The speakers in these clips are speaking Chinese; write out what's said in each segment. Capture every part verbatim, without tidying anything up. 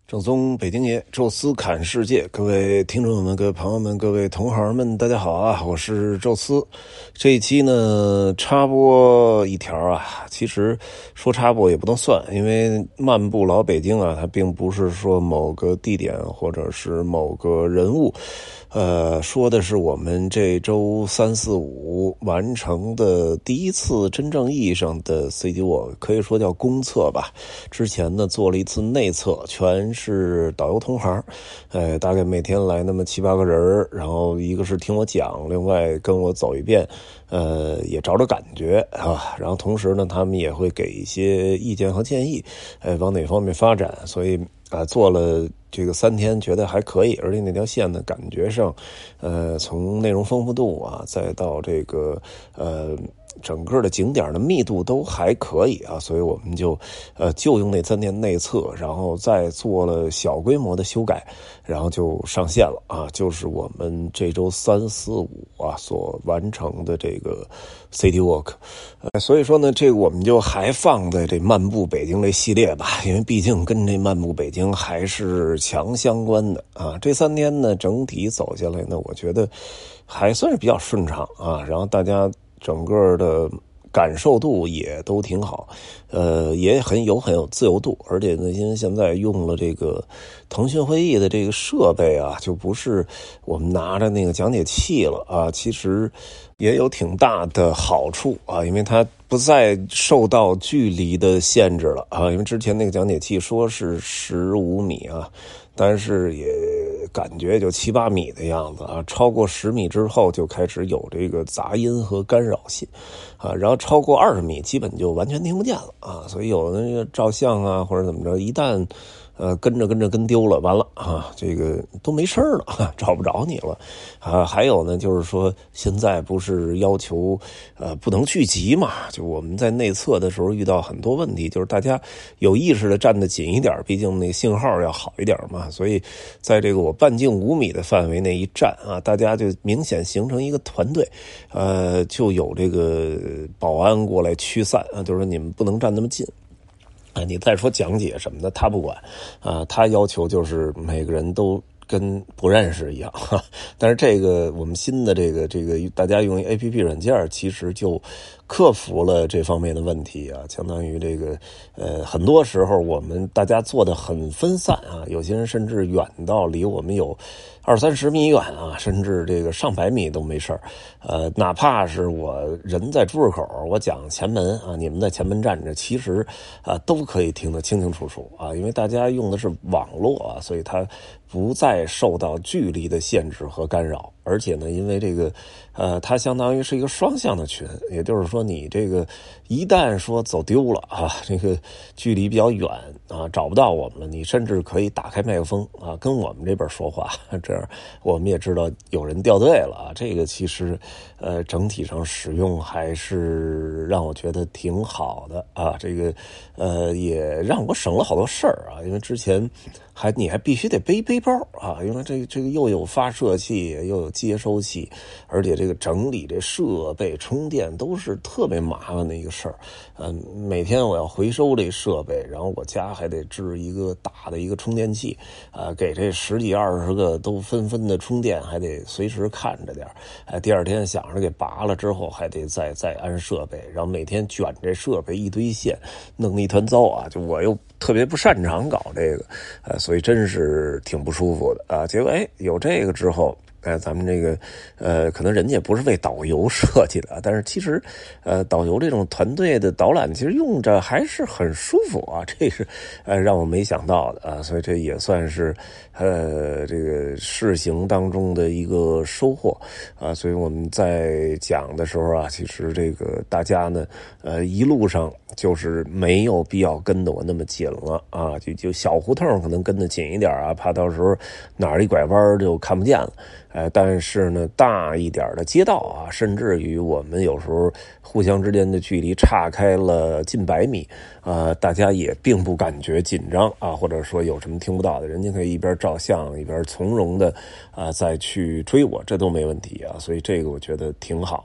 正宗北京爷，宙斯侃世界，各位听众们、各位朋友们、各位同行们，大家好啊！我是宙斯。这一期呢，插播一条啊，其实说插播也不能算，因为漫步老北京啊，它并不是说某个地点或者是某个人物，呃，说的是我们这周三四五完成的第一次真正意义上的 City Walk， 可以说叫公测吧。之前呢做了一次内测，全是导游同行，呃，大概每天来那么七八个人，然后一个是听我讲，另外跟我走一遍，呃，也找找感觉啊。然后同时呢，他们也会给一些意见和建议，呃，往哪方面发展。所以啊、呃，做了这个三天，觉得还可以，而且那条线呢，感觉上，呃，从内容丰富度啊，再到这个呃。整个的景点的密度都还可以啊，所以我们就呃就用那三天内测，然后再做了小规模的修改，然后就上线了啊，就是我们这周三四五啊所完成的这个 City Walk。呃，所以说呢，这个我们就还放在这漫步北京这系列吧，因为毕竟跟这漫步北京还是强相关的啊。这三天呢，整体走下来呢，我觉得还算是比较顺畅啊，然后大家整个的感受度也都挺好，呃，也很有很有自由度，而且呢，因为现在用了这个腾讯会议的这个设备啊，就不是我们拿着那个讲解器了啊，其实也有挺大的好处啊，因为它不再受到距离的限制了啊，因为之前那个讲解器说是十五米啊，但是也感觉就七八米的样子啊，超过十米之后就开始有这个杂音和干扰性啊，然后超过二十米基本就完全听不见了啊，所以有的那个照相啊或者怎么着，一旦呃，跟着跟着跟丢了，完了啊，这个都没声了，找不着你了啊。还有呢，就是说现在不是要求呃不能聚集嘛？就我们在内测的时候遇到很多问题，就是大家有意识的站得紧一点，毕竟那个信号要好一点嘛。所以在这个我半径五米的范围内一站啊，大家就明显形成一个团队，呃，就有这个保安过来驱散啊，就是说你们不能站那么近。啊，你再说讲解什么的，他不管，啊，他要求就是每个人都跟不认识一样。哈，但是这个我们新的这个这个大家用 A P P 软件，其实就克服了这方面的问题啊，相当于这个呃，很多时候我们大家做的很分散啊，有些人甚至远到离我们有二三十米远啊，甚至这个上百米都没事儿。呃，哪怕是我人在出入口，我讲前门啊，你们在前门站着，其实啊都可以听得清清楚楚啊，因为大家用的是网络啊，所以它不再受到距离的限制和干扰。而且呢，因为这个，呃，它相当于是一个双向的群，也就是说，你这个一旦说走丢了啊，这个距离比较远啊，找不到我们了，你甚至可以打开麦克风啊，跟我们这边说话，这样我们也知道有人掉队了啊。这个其实，呃，整体上使用还是让我觉得挺好的啊。这个，呃，也让我省了好多事儿啊，因为之前还你还必须得背背包啊，因为这个这个又有发射器又有接收器，而且这个整理这设备充电都是特别麻烦的一个事儿。嗯，每天我要回收这设备，然后我家还得置一个大的一个充电器，啊、呃，给这十几二十个都纷纷的充电，还得随时看着点。哎，第二天想着给拔了之后，还得再再安设备，然后每天卷这设备一堆线，弄得一团糟啊！就我又特别不擅长搞这个，呃，所以真是挺不舒服的啊。结果哎，有这个之后。哎，咱们这个，呃，可能人家也不是为导游设计的，但是其实，呃，导游这种团队的导览，其实用着还是很舒服啊，这是，呃，让我没想到的啊，所以这也算是，呃，这个试行当中的一个收获啊，所以我们在讲的时候啊，其实这个大家呢，呃，一路上就是没有必要跟得我那么紧了啊，就就小胡同可能跟得紧一点啊，怕到时候哪儿一拐弯就看不见了。呃，但是呢，大一点的街道啊，甚至于我们有时候互相之间的距离岔开了近百米，呃，大家也并不感觉紧张啊，或者说有什么听不到的，人家可以一边照相一边从容的啊、呃、再去追我，这都没问题啊，所以这个我觉得挺好的。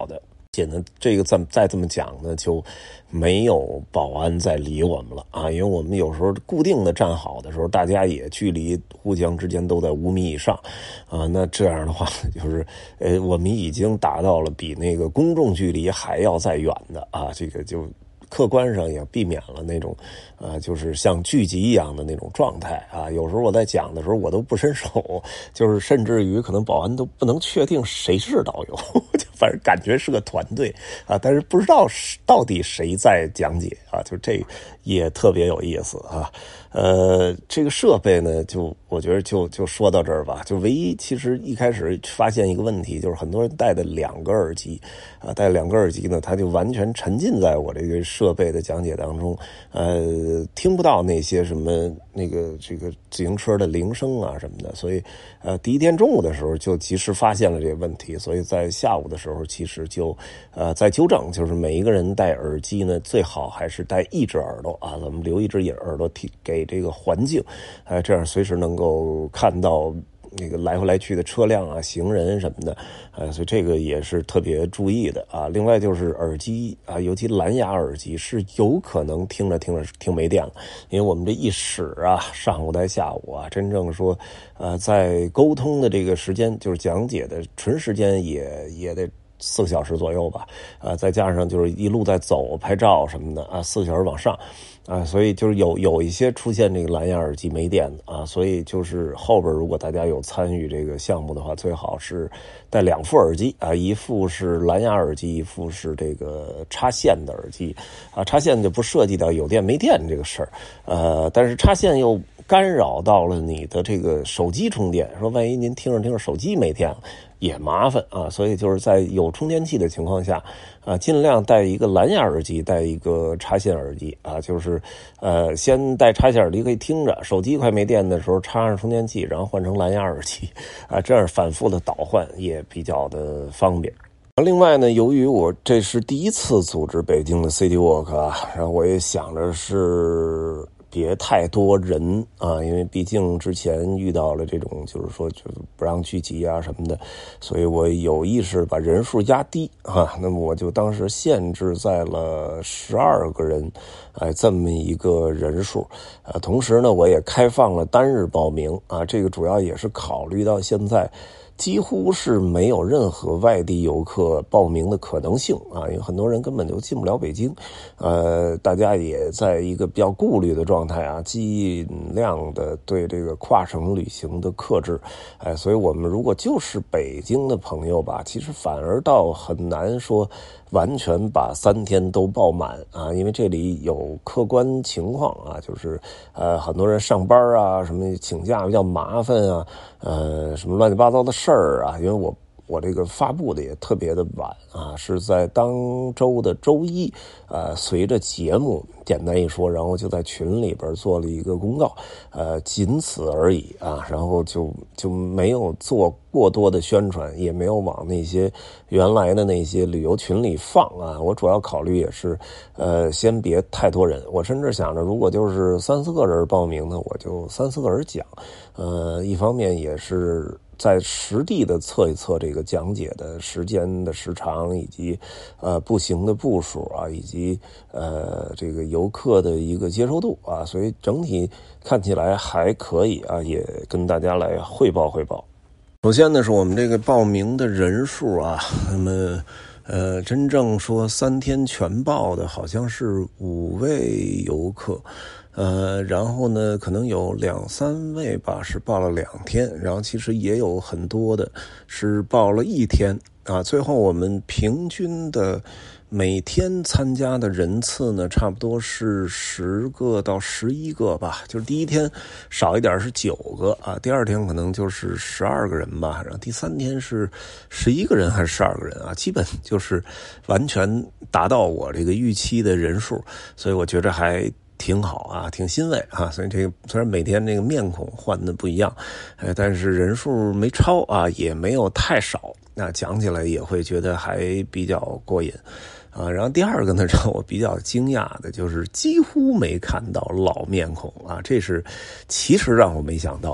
且呢，这个再再这么讲呢，就没有保安再理我们了啊，因为我们有时候固定的站好的时候，大家也距离互相之间都在五米以上啊，那这样的话就是呃，我们已经达到了比那个公众距离还要再远的啊，这个就客观上也避免了那种啊、呃，就是像聚集一样的那种状态啊。有时候我在讲的时候，我都不伸手，就是甚至于可能保安都不能确定谁是导游，就反正感觉是个团队啊，但是不知道到底谁在讲解啊，就这也特别有意思啊。呃，这个设备呢，就我觉得就就说到这儿吧。就唯一其实一开始发现一个问题，就是很多人戴的两个耳机啊，戴两个耳机呢，他就完全沉浸在我这个设备的讲解当中，呃，听不到那些什么那个这个自行车的铃声啊什么的。所以，呃，第一天中午的时候就及时发现了这个问题，所以在下午的时候其实就呃在纠正，就是每一个人戴耳机呢，最好还是戴一只耳朵啊，咱们留一只耳朵提给这个环境，呃，这样随时能够看到那个来回来去的车辆啊、行人什么的，呃，所以这个也是特别注意的啊。另外就是耳机啊，尤其蓝牙耳机是有可能听着听着听没电了，因为我们这一使啊，上午带下午啊，真正说呃在沟通的这个时间，就是讲解的纯时间也也得四个小时左右吧，啊，再加上就是一路在走、拍照什么的啊，四个小时往上，啊，所以就是有有一些出现这个蓝牙耳机没电的啊，所以就是后边如果大家有参与这个项目的话，最好是带两副耳机啊，一副是蓝牙耳机，一副是这个插线的耳机啊，插线就不涉及到有电没电这个事儿，呃，但是插线又干扰到了你的这个手机充电，说万一您听着听着手机没电了也麻烦啊，所以就是在有充电器的情况下啊，尽量带一个蓝牙耳机，带一个插线耳机啊，就是呃先带插线耳机可以听着，手机快没电的时候插上充电器，然后换成蓝牙耳机啊，这样反复的导换也比较的方便。另外呢，由于我这是第一次组织北京的 City Walk 啊，然后我也想着是别太多人啊，因为毕竟之前遇到了这种就是说就不让聚集啊什么的，所以我有意识把人数压低啊。那么我就当时限制在了十二个人，哎，这么一个人数。呃，同时呢，我也开放了单日报名啊，这个主要也是考虑到现在几乎是没有任何外地游客报名的可能性啊，因为很多人根本就进不了北京，呃，大家也在一个比较顾虑的状态啊，尽量的对这个跨省旅行的克制，哎，所以我们如果就是北京的朋友吧，其实反而倒很难说完全把三天都报满啊，因为这里有客观情况啊，就是呃很多人上班啊，什么请假比较麻烦啊，呃什么乱七八糟的事儿啊，因为我我这个发布的也特别的晚啊，是在当周的周一，呃，随着节目简单一说，然后就在群里边做了一个公告，呃，仅此而已啊，然后就就没有做过多的宣传，也没有往那些原来的那些旅游群里放啊。我主要考虑也是，呃，先别太多人。我甚至想着，如果就是三四个人报名呢，我就三四个人讲。呃，一方面也是在实地的测一测这个讲解的时间的时长，以及呃步行的步数啊，以及呃这个游客的一个接受度啊，所以整体看起来还可以啊，也跟大家来汇报汇报。首先呢，是我们这个报名的人数啊，那么呃真正说三天全报的好像是五位游客。呃，然后呢，可能有两三位吧是报了两天，然后其实也有很多的是报了一天啊。最后我们平均的每天参加的人次呢，差不多是十个到十一个吧。就是第一天少一点是九个啊，第二天可能就是十二个人吧，然后第三天是十一个人还是十二个人啊，基本就是完全达到我这个预期的人数，所以我觉得还挺好啊，挺欣慰啊，所以这个虽然每天这个面孔换的不一样，呃，但是人数没超啊，也没有太少，那讲起来也会觉得还比较过瘾啊。然后第二个呢，让我比较惊讶的就是几乎没看到老面孔啊，这是其实让我没想到的。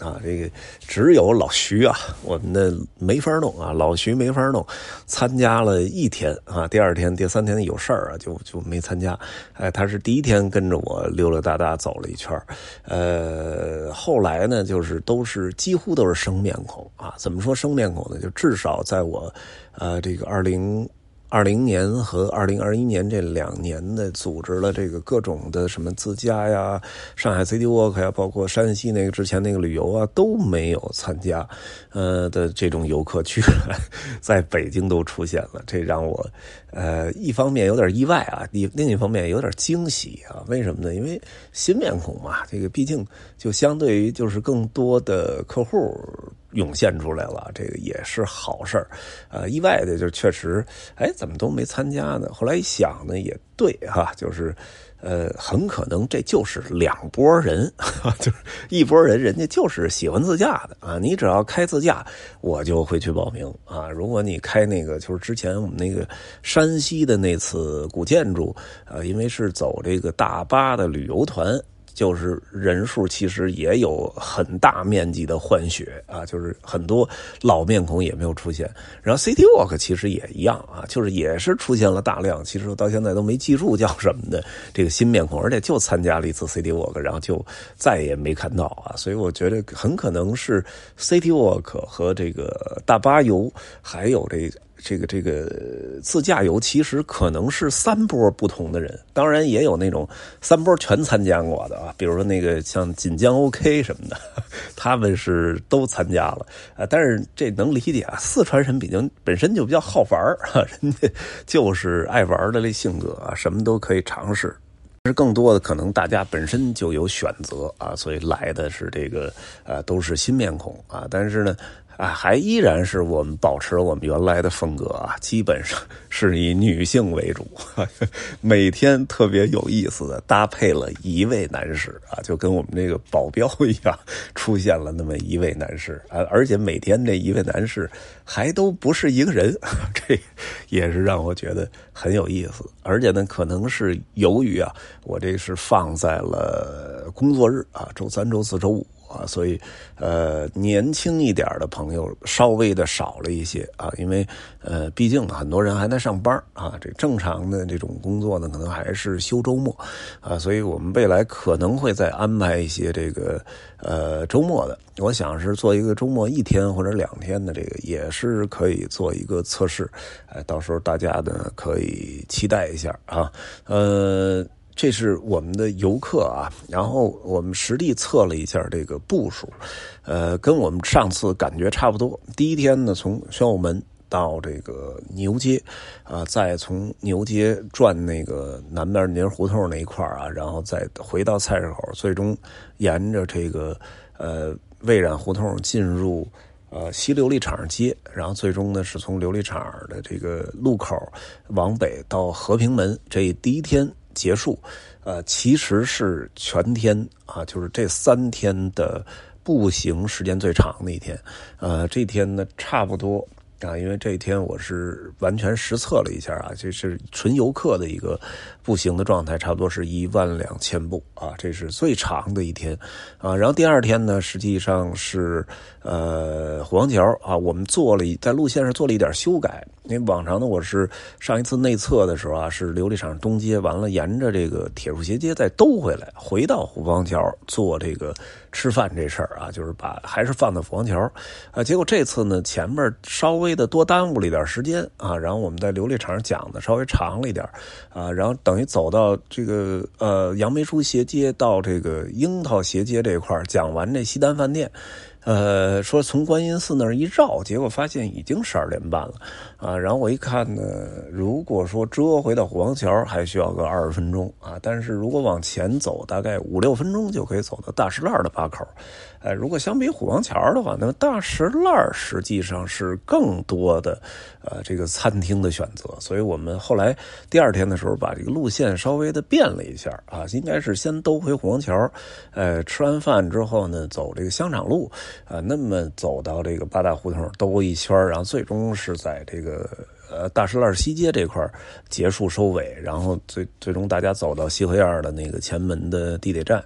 啊，这个只有老徐啊，我们的没法弄啊，老徐没法弄，参加了一天啊，第二天、第三天有事儿啊，就就没参加。哎，他是第一天跟着我溜溜达达走了一圈，呃，后来呢，就是都是几乎都是生面孔啊。怎么说生面孔呢？就至少在我呃这个二零。二零年和二零二一年这两年的组织了这个各种的什么自驾呀、上海 City Walk 呀，包括山西那个之前那个旅游啊，都没有参加，呃的这种游客居然在北京都出现了，这让我呃一方面有点意外啊，另一方面有点惊喜啊。为什么呢？因为新面孔嘛，这个毕竟就相对于就是更多的客户涌现出来了，这个也是好事儿，呃，意外的就确实，哎，怎么都没参加呢？后来一想呢，也对哈，就是，呃，很可能这就是两拨人，就是一拨人，人家就是喜欢自驾的啊，你只要开自驾，我就会去报名啊。如果你开那个，就是之前我们那个山西的那次古建筑，呃，因为是走这个大巴的旅游团。就是人数其实也有很大面积的换血啊，就是很多老面孔也没有出现。然后 City Walk 其实也一样啊，就是也是出现了大量，其实我到现在都没记住叫什么的这个新面孔，而且就参加了一次 City Walk， 然后就再也没看到啊。所以我觉得很可能是 City Walk 和这个大巴游，还有这个。这个这个自驾游其实可能是三波不同的人，当然也有那种三波全参加过的啊，比如说那个像锦江 OK 什么的，他们是都参加了啊。但是这能理解啊，四川人比较本身就比较好玩啊，人家就是爱玩的这性格啊，什么都可以尝试。是更多的可能大家本身就有选择啊，所以来的是这个呃都是新面孔啊，但是呢啊还依然是我们保持我们原来的风格啊，基本上是以女性为主，每天特别有意思的搭配了一位男士啊，就跟我们这个保镖一样，出现了那么一位男士啊，而且每天这一位男士还都不是一个人，这也是让我觉得很有意思，而且呢可能是由于啊。我这是放在了工作日啊，周三、周四、周五啊，所以呃年轻一点的朋友稍微的少了一些啊，因为呃毕竟很多人还在上班啊，这正常的这种工作呢，可能还是休周末啊，所以我们未来可能会再安排一些这个呃周末的，我想是做一个周末一天或者两天的这个，也是可以做一个测试，呃，到时候大家呢可以期待一下啊，呃。这是我们的游客啊，然后我们实地测了一下这个步数，呃，跟我们上次感觉差不多。第一天呢，从宣武门到这个牛街，啊、呃，再从牛街转那个南边泥胡同那一块啊，然后再回到菜市口，最终沿着这个呃蔚然胡同进入。呃，西琉璃厂街，然后最终呢是从琉璃厂的这个路口往北到和平门，这第一天结束。呃，其实是全天啊，就是这三天的步行时间最长的一天。呃，这天呢差不多。啊，因为这一天我是完全实测了一下啊，这是纯游客的一个步行的状态，差不多是一万两千步啊，这是最长的一天啊。然后第二天呢，实际上是呃虎王桥啊，我们做了在路线上做了一点修改，因为往常呢我是上一次内测的时候啊，是琉璃厂东街完了，沿着这个铁树斜街再兜回来，回到虎王桥做这个吃饭这事儿啊，就是把还是放在虎王桥啊。结果这次呢，前面稍微的多耽误了一点时间啊，然后我们在琉璃厂讲的稍微长了一点啊，然后等于走到这个呃杨梅书斜街到这个樱桃斜街这块讲完这西单饭店。呃，说从观音寺那儿一绕，结果发现已经十二点半了，啊，然后我一看呢，如果说折回到虎王桥还需要个二十分钟啊，但是如果往前走，大概五六分钟就可以走到大石烂的把口，呃，如果相比虎王桥的话，那么大石烂实际上是更多的呃这个餐厅的选择，所以我们后来第二天的时候把这个路线稍微的变了一下啊，应该是先兜回虎王桥，呃，吃完饭之后呢，走这个香厂路。啊，那么走到这个八大胡同兜一圈，然后最终是在这个呃大石烂西街这块结束收尾，然后最最终大家走到西河沿的那个前门的地铁站，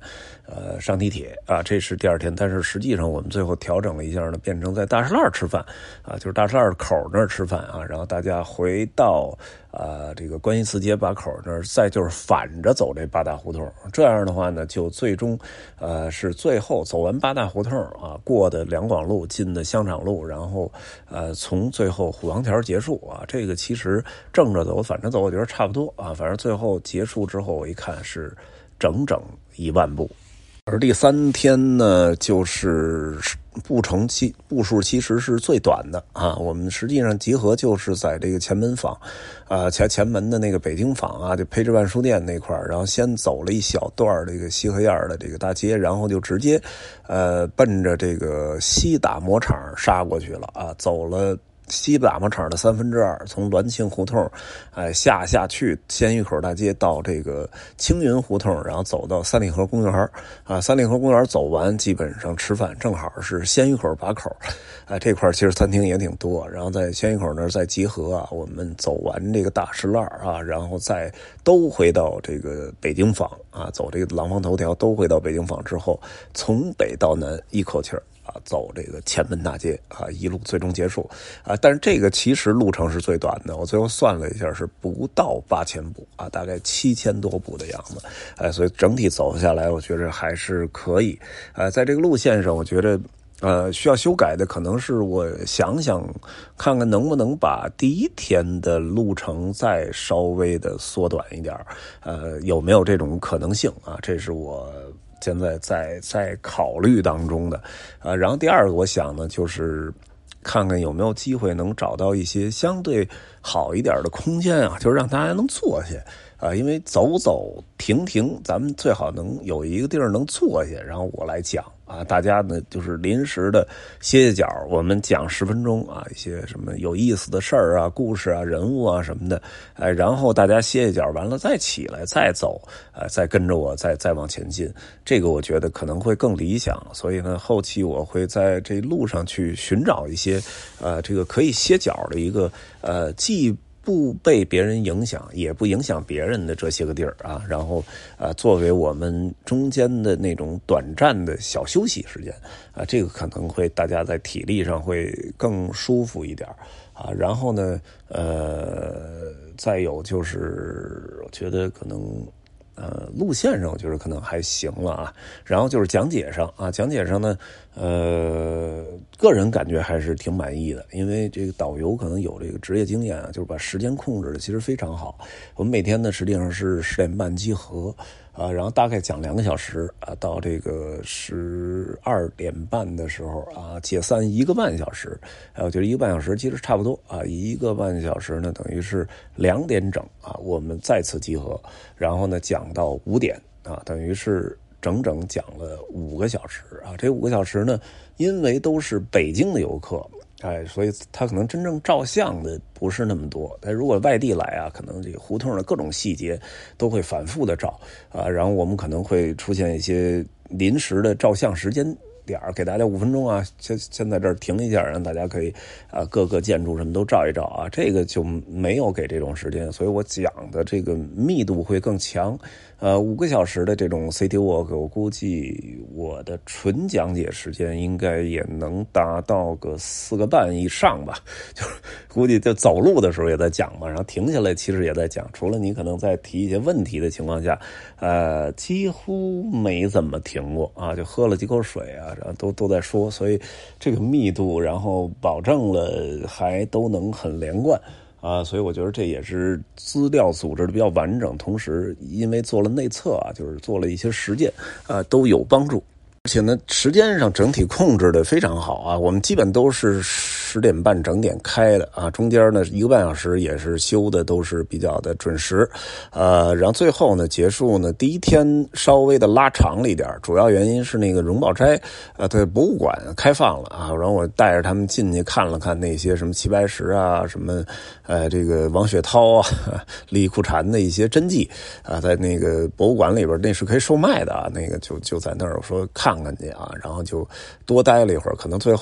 呃上地铁啊，这是第二天。但是实际上我们最后调整了一下呢，变成在大栅栏吃饭啊，就是大栅栏口那儿吃饭啊，然后大家回到啊这个观音寺街把口那儿，再就是反着走这八大胡同。这样的话呢，就最终呃是最后走完八大胡同啊，过的两广路，进的香场路，然后呃从最后虎王桥结束啊。这个其实正着走反着走我觉得差不多啊，反正最后结束之后我一看是整整一万步。而第三天呢，就是步程期步数其实是最短的啊。我们实际上集合就是在这个前门坊，啊前前门的那个北京坊啊，就培智万书店那块儿，然后先走了一小段这个西河沿的这个大街，然后就直接呃奔着这个西打磨厂杀过去了啊，走了西打磨厂的三分之二，从栾庆胡同，哎下下去鲜鱼口大街到这个青云胡同，然后走到三里河公园啊，三里河公园走完，基本上吃饭正好是鲜鱼口把口，啊这块其实餐厅也挺多，然后在鲜鱼口那儿再集合啊，我们走完这个大石栏啊，然后再都回到这个北京坊啊，走这个廊坊头条都回到北京坊之后，从北到南一口气儿。啊，走这个前门大街啊，一路最终结束啊。但是这个其实路程是最短的，我最后算了一下，是不到八千步啊，大概七千多步的样子。哎，所以整体走下来，我觉得还是可以。呃，在这个路线上，我觉得呃需要修改的，可能是我想想看看能不能把第一天的路程再稍微的缩短一点，呃，有没有这种可能性啊？这是我现在在在考虑当中的，啊，然后第二个我想呢，就是看看有没有机会能找到一些相对好一点的空间啊，就是让大家能坐下啊，因为走走停停，咱们最好能有一个地儿能坐下，然后我来讲啊，大家呢就是临时的歇歇脚，我们讲十分钟啊，一些什么有意思的事儿啊、故事啊、人物啊什么的，哎，然后大家歇歇脚，完了再起来再走，呃，再跟着我再再往前进，这个我觉得可能会更理想。所以呢，后期我会在这路上去寻找一些，呃，这个可以歇脚的一个，呃，既不被别人影响，也不影响别人的这些个地儿啊，然后呃，作为我们中间的那种短暂的小休息时间啊，这个可能会大家在体力上会更舒服一点啊。然后呢，呃，再有就是我觉得可能。呃，路线上我觉得可能还行了啊，然后就是讲解上啊，讲解上呢，呃，个人感觉还是挺满意的，因为这个导游可能有这个职业经验啊，就是把时间控制的其实非常好。我们每天呢实际上是十点半集合啊，然后大概讲两个小时啊，到这个十二点半的时候啊，解散一个半小时，哎，我觉得一个半小时其实差不多啊，一个半小时呢等于是两点整啊，我们再次集合，然后呢讲到五点啊，等于是整整讲了五个小时啊。这五个小时呢，因为都是北京的游客，哎，所以他可能真正照相的不是那么多。但如果外地来啊，可能这个胡同的各种细节都会反复的照啊，然后我们可能会出现一些临时的照相时间点儿，给大家五分钟啊，先先在这儿停一下，让大家可以啊各个建筑什么都照一照啊。这个就没有给这种时间，所以我讲的这个密度会更强。呃，五个小时的这种 City Walk， 我估计我的纯讲解时间应该也能达到个四个半以上吧。就是估计就走路的时候也在讲嘛，然后停下来其实也在讲。除了你可能在提一些问题的情况下，呃，几乎没怎么停过啊，就喝了几口水啊，然后都都在说，所以这个密度，然后保证了还都能很连贯。啊，所以我觉得这也是资料组织的比较完整，同时因为做了内测啊，就是做了一些实践啊，都有帮助。而且呢，时间上整体控制的非常好啊，我们基本都是十点半整点开的啊，中间呢一个半小时也是休的都是比较的准时，呃，然后最后呢结束呢，第一天稍微的拉长了一点，主要原因是那个荣宝斋呃对博物馆开放了啊，然后我带着他们进去看了看那些什么齐白石啊，什么呃这个王雪涛啊、李库禅的一些真迹啊，在那个博物馆里边那是可以售卖的啊，那个就就在那儿我说看看去啊，然后就多待了一会儿，可能最后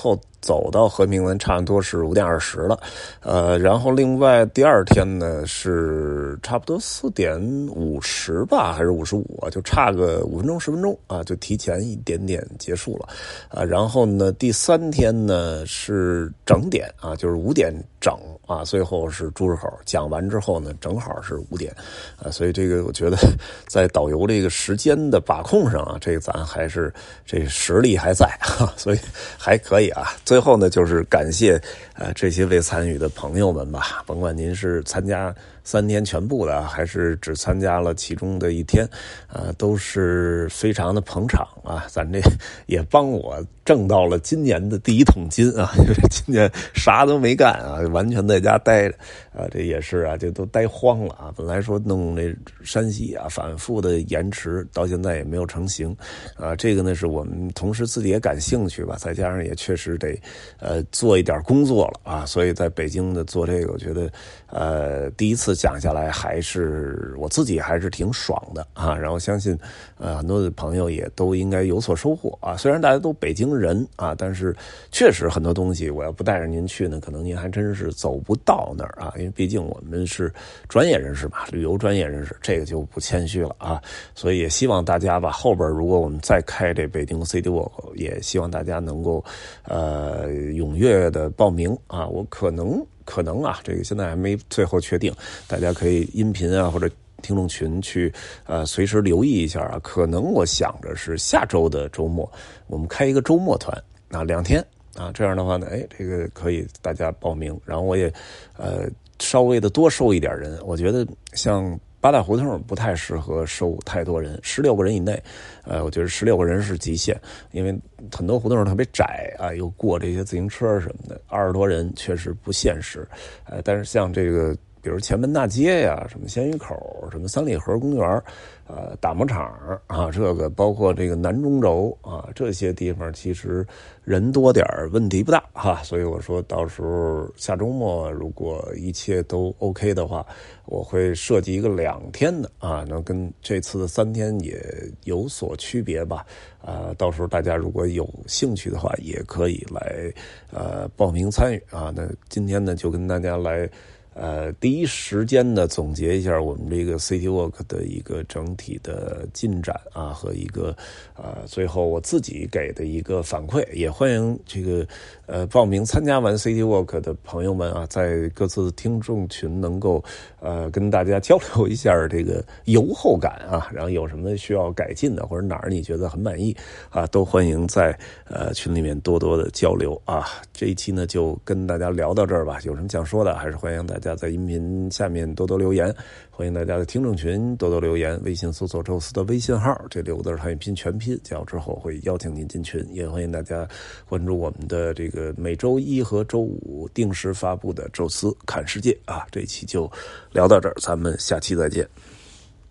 走到和平门差不多是五点二十了，呃，然后另外第二天呢是差不多四点五十吧，还是五十五啊，就差个五分钟十分钟啊，就提前一点点结束了，啊，然后呢第三天呢是整点啊，就是五点整啊，最后是朱市口讲完之后呢，正好是五点啊，所以这个我觉得在导游这个时间的把控上啊，这个咱还是这实力还在啊，所以还可以啊。最后呢，就是感谢呃这些未参与的朋友们吧，甭管您是参加三天全部的，还是只参加了其中的一天，啊、呃，都是非常的捧场啊。咱这也帮我挣到了今年的第一桶金啊，就是今年啥都没干啊，完全在家待着啊，这也是啊，这都待慌了啊。本来说弄这山西啊，反复的延迟，到现在也没有成型啊。这个呢，是我们同时自己也感兴趣吧，再加上也确实得呃做一点工作了啊，所以在北京的做这个，我觉得呃第一次讲下来，还是我自己还是挺爽的啊。然后相信呃很多的朋友也都应该有所收获啊。虽然大家都北京人啊，但是确实很多东西我要不带着您去呢，可能您还真是走不到那儿啊。因为毕竟我们是专业人士嘛，旅游专业人士，这个就不谦虚了啊。所以也希望大家吧，后边如果我们再开这北京 City Walk， 也希望大家能够呃踊跃的报名啊。我可能可能啊，这个现在还没最后确定，大家可以音频啊或者听众群去呃随时留意一下啊。可能我想着是下周的周末，我们开一个周末团啊，两天啊，这样的话呢，哎，这个可以大家报名，然后我也呃稍微的多收一点人。我觉得像八大胡同不太适合收太多人，十六个人以内，呃，我觉得十六个人是极限，因为很多胡同特别窄啊，又过这些自行车什么的，二十多人确实不现实。呃，但是像这个，比如前门大街呀，什么鲜鱼口，什么三里河公园，呃，打磨厂啊，这个包括这个南中轴啊，这些地方其实人多点问题不大哈。所以我说到时候下周末如果一切都 OK 的话，我会设计一个两天的啊，能跟这次的三天也有所区别吧。啊，到时候大家如果有兴趣的话，也可以来呃报名参与啊。那今天呢，就跟大家来。呃，第一时间的总结一下我们这个 City Walk 的一个整体的进展啊，和一个呃最后我自己给的一个反馈，也欢迎这个呃报名参加完 City Walk 的朋友们啊，在各自听众群能够呃跟大家交流一下这个游后感啊，然后有什么需要改进的，或者哪儿你觉得很满意啊，都欢迎在呃群里面多多的交流啊。这一期呢就跟大家聊到这儿吧，有什么想说的，还是欢迎大家。大家在音频下面多多留言，欢迎大家的听众群多多留言，微信搜索宙斯的微信号，这六个字汉语拼全拼，加入之后会邀请您进群，也欢迎大家关注我们的这个每周一和周五定时发布的宙斯看世界啊。这一期就聊到这儿，咱们下期再见。